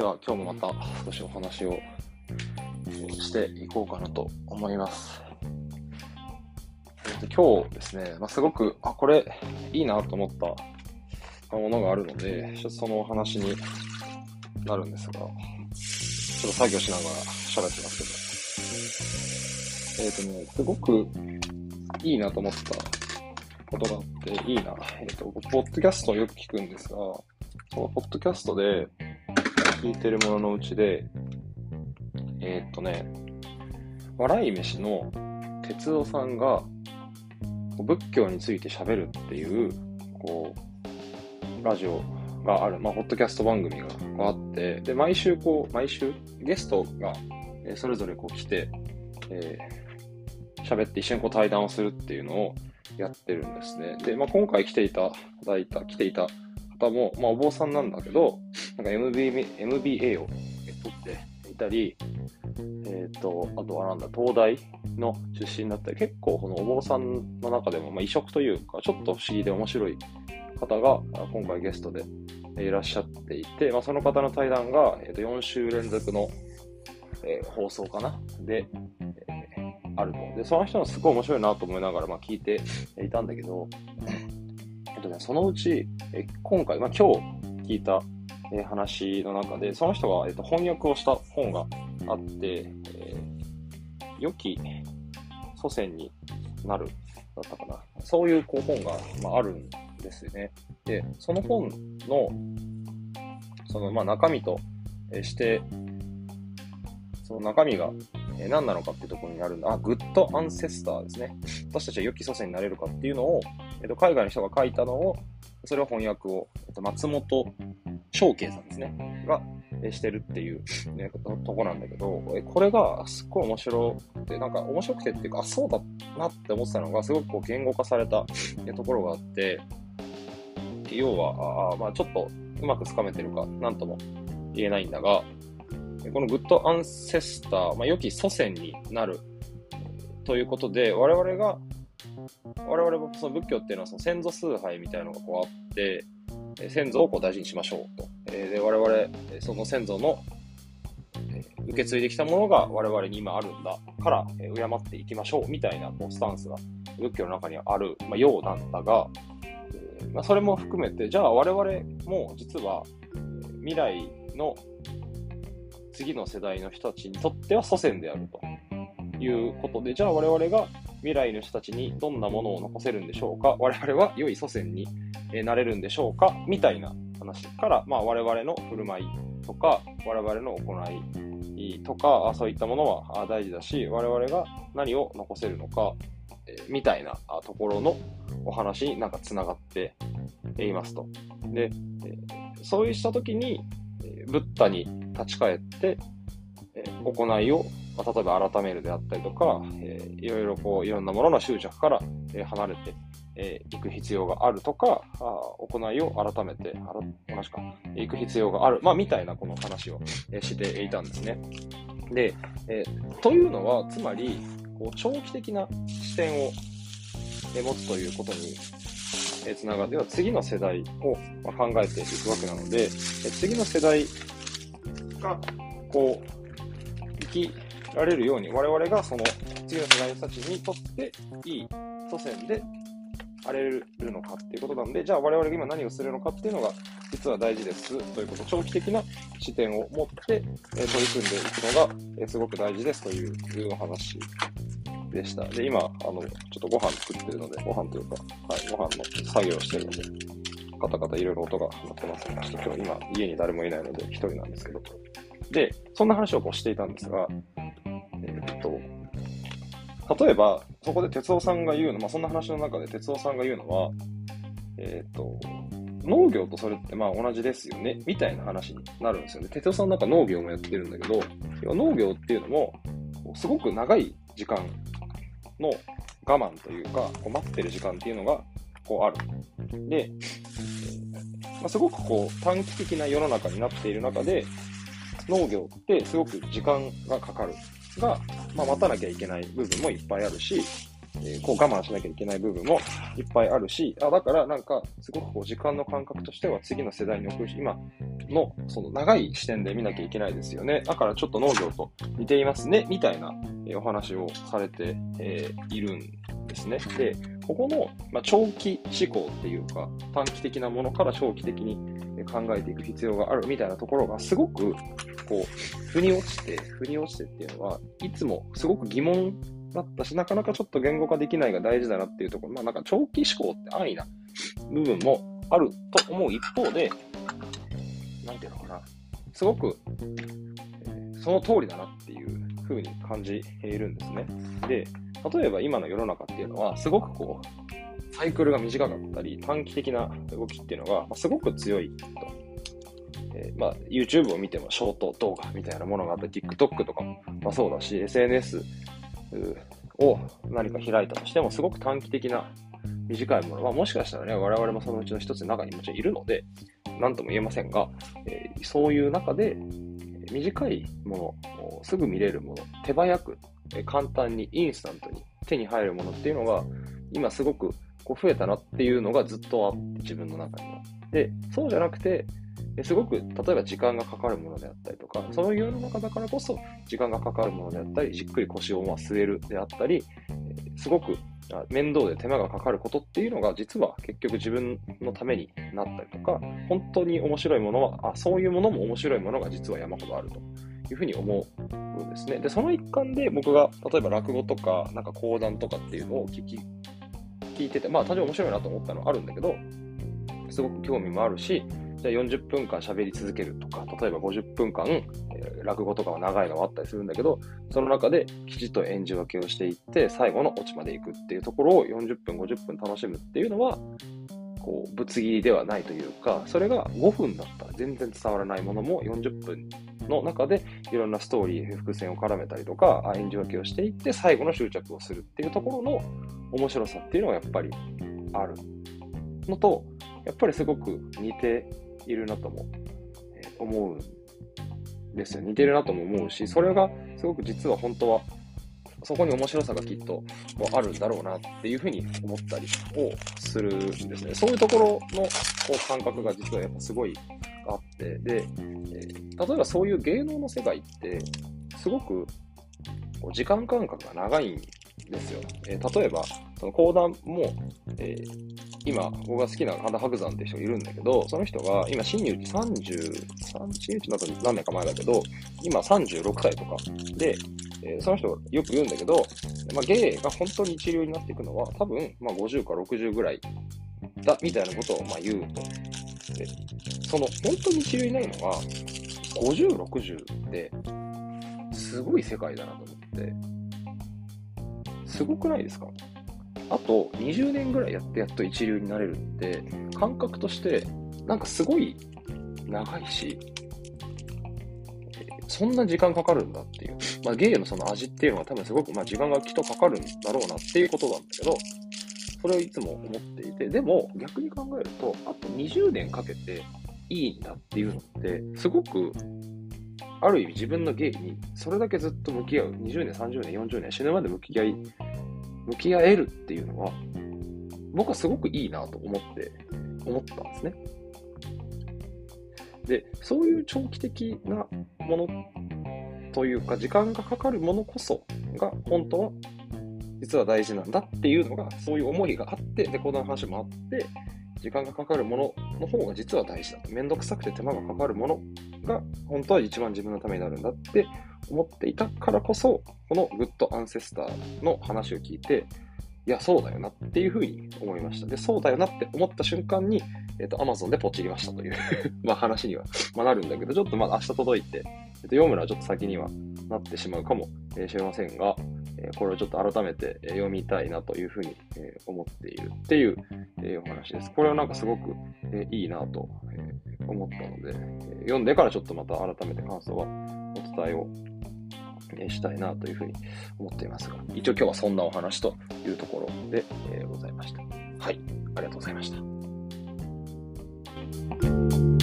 では今日もまた少しお話をしていこうかなと思います。今日ですね、すごくこれいいなと思ったものがあるので、ちょっとそのお話になるんですが、ちょっと作業しながら喋ってますけど、すごくいいなと思ったことがあって、いいな。僕、ポッドキャストをよく聞くんですが、そのポッドキャストで聞いてるもののうちで、笑い飯の哲夫さんが仏教について喋るっていう、ラジオがある、ポッドキャスト番組があって、で、毎週ゲストがそれぞれ来て、喋って一緒に対談をするっていうのをやってるんですね。で、今回来ていた方も、お坊さんなんだけど、MBA を取っていたり、あとは東大の出身だったり、結構このお坊さんの中でも、異色というか、ちょっと不思議で面白い方が今回ゲストでいらっしゃっていて、その方の対談が4週連続の放送かなで、あると。で、その人のすごい面白いなと思いながら聞いていたんだけど、そのうち今回、今日聞いた話の中で、その人が翻訳をした本があって、良き祖先になるだったかな。そういう本があるんですよね。で、その本のその中身としてその中身が何なのかっていうところになるんだ。グッドアンセスターですね。私たちは良き祖先になれるかっていうのを、海外の人が書いたのを、それを翻訳を、松本正慶さんですね。がしてるっていう、とこなんだけど、これがすっごい面白くて、面白くてっていうか、そうだなって思ってたのが、すごく言語化されたところがあって、要は、ちょっとうまくつかめてるか、なんとも言えないんだが、このグッドアンセスター、良き祖先になるということで、我々もその仏教っていうのはその先祖崇拝みたいなのがあって、先祖を大事にしましょうと。で、我々、その先祖の受け継いできたものが我々に今あるんだから、敬っていきましょうみたいなスタンスが仏教の中にはある、ようなんだが、それも含めて、じゃあ我々も実は未来の次の世代の人たちにとっては祖先であるということで、じゃあ我々が未来の人たちにどんなものを残せるんでしょうか、我々は良い祖先になれるんでしょうかみたいな話から、我々の振る舞いとか我々の行いとか、そういったものは大事だし、我々が何を残せるのかみたいなところのお話につながっていますと。で、そうしたときにブッダに立ち返って、行いを、例えば改めるであったりとか、いろんなものの執着から、離れていく必要があるとか、行いを改めていく必要がある、みたいなこの話をしていたんですね。で、というのはつまり長期的な視点を持つということにつながって、次の世代を考えていくわけなので、次の世代が生きられるように、我々がその次の世代の人たちにとっていい祖先であれるのかっていうことなので、じゃあ我々が今何をするのかっていうのが実は大事ですということ、長期的な視点を持って取り組んでいくのがすごく大事ですというお話でした。で、今ちょっとご飯作ってるので、ご飯の作業をしてるので、カタカタいろいろ音が鳴ってますね。ちょっと今家に誰もいないので一人なんですけど。で、そんな話をしていたんですが、例えば、そこで哲夫さんが言うの、そんな話の中で哲夫さんが言うのは、農業とそれって同じですよね、みたいな話になるんですよね。哲夫さん農業もやってるんだけど、農業っていうのも、すごく長い時間の我慢というか、待ってる時間っていうのがある。で、すごく短期的な世の中になっている中で、農業ってすごく時間がかかるが、待たなきゃいけない部分もいっぱいあるし、 こう我慢しなきゃいけない部分もいっぱいあるし、だからなんかすごくこう時間の感覚としては次の世代に送るし、今のその長い視点で見なきゃいけないですよね。だからちょっと農業と似ていますね、みたいなお話をされているんですね。で、ここの長期思考っていうか、短期的なものから長期的に考えていく必要があるみたいなところがすごくこう腑に落ちてっていうのはいつもすごく疑問だったし、なかなかちょっと言語化できないが大事だなっていうところ、なんか長期思考って安易な部分もあると思う一方で、なんていうのかな、すごく、その通りだなっていう風に感じるんですね。で、例えば今の世の中っていうのはすごくこうサイクルが短かったり短期的な動きっていうのがすごく強いと。YouTube を見てもショート動画みたいなものがあったり、TikTok とかもそうだし、SNS を何か開いたとしてもすごく短期的な短いものは、もしかしたらね、我々もそのうちの一つの中にもちろんいるので、何とも言えませんが、そういう中で短いもの、すぐ見れるもの、手早く、簡単に、インスタントに手に入るものっていうのが、今すごくこう増えたなっていうのがずっとあって、自分の中には。で、そうじゃなくて、すごく、例えば時間がかかるものであったりとか、そういう世の中だからこそ時間がかかるものであったり、じっくり腰を据えるであったり、すごく面倒で手間がかかることっていうのが実は結局自分のためになったりとか、本当に面白いものは、そういうものも面白いものが実は山ほどあるというふうに思うんですね。で、その一環で僕が例えば落語とか、なんか講談とかっていうのを聞いてて、単純に面白いなと思ったのはあるんだけど、すごく興味もあるし、じゃあ40分間喋り続けるとか、例えば50分間、落語とかは長いのはあったりするんだけど、その中できちっと演じ分けをしていって、最後のオチまで行くっていうところを40分、50分楽しむっていうのは、こう、ぶつ切りではないというか、それが5分だったら全然伝わらないものも40分の中でいろんなストーリー、伏線を絡めたりとか、演じ分けをしていって、最後の執着をするっていうところの面白さっていうのがやっぱりあるのと、やっぱりすごく似ているなとも思うんですよ。似てるなとも思うし、それがすごく実は本当はそこに面白さがきっとあるんだろうなっていうふうに思ったりをするんですね。そういうところの感覚が実はやっぱすごいあって、で、例えばそういう芸能の世界ってすごく時間感覚が長いんですよ。例えばその講談も、今僕が好きな神田伯山っていう人がいるんだけど、その人が今真打ち真打ちなど何年か前だけど、今36歳とかで、その人がよく言うんだけど、芸が本当に一流になっていくのは多分、50か60ぐらいだみたいなことを言うと。で、その本当に一流になるのは50、60ってすごい世界だなと思って、すごくないですか？あと20年ぐらいやってやっと一流になれるって感覚としてなんかすごい長いし、そんな時間かかるんだっていう、芸のその味っていうのは多分すごく時間がきっとかかるんだろうなっていうことなんだけど、それをいつも思っていて、でも逆に考えるとあと20年かけていいんだっていうのってすごくある意味自分の芸にそれだけずっと向き合う、20年30年40年死ぬまで向き合えるっていうのは僕はすごくいいなと思ったんですね。で、そういう長期的なものというか時間がかかるものこそが本当は実は大事なんだっていうのが、そういう思いがあって、で、この話もあって、時間がかかるものの方が実は大事だと。めんどくさくて手間がかかるものが本当は一番自分のためになるんだって思っていたからこそ、このグッドアンセスターの話を聞いて、いや、そうだよなっていうふうに思いました。で、そうだよなって思った瞬間に、Amazon でポチりましたという話にはなるんだけど、ちょっと明日届いて、読むのはちょっと先にはなってしまうかもしれませんが、これをちょっと改めて読みたいなというふうに思っているっていうお話です。これはなんかすごくいいなと思ったので、読んでからちょっとまた改めて感想はお伝えをしたいなというふうに思っていますが、一応今日はそんなお話というところでございました。はい、ありがとうございました。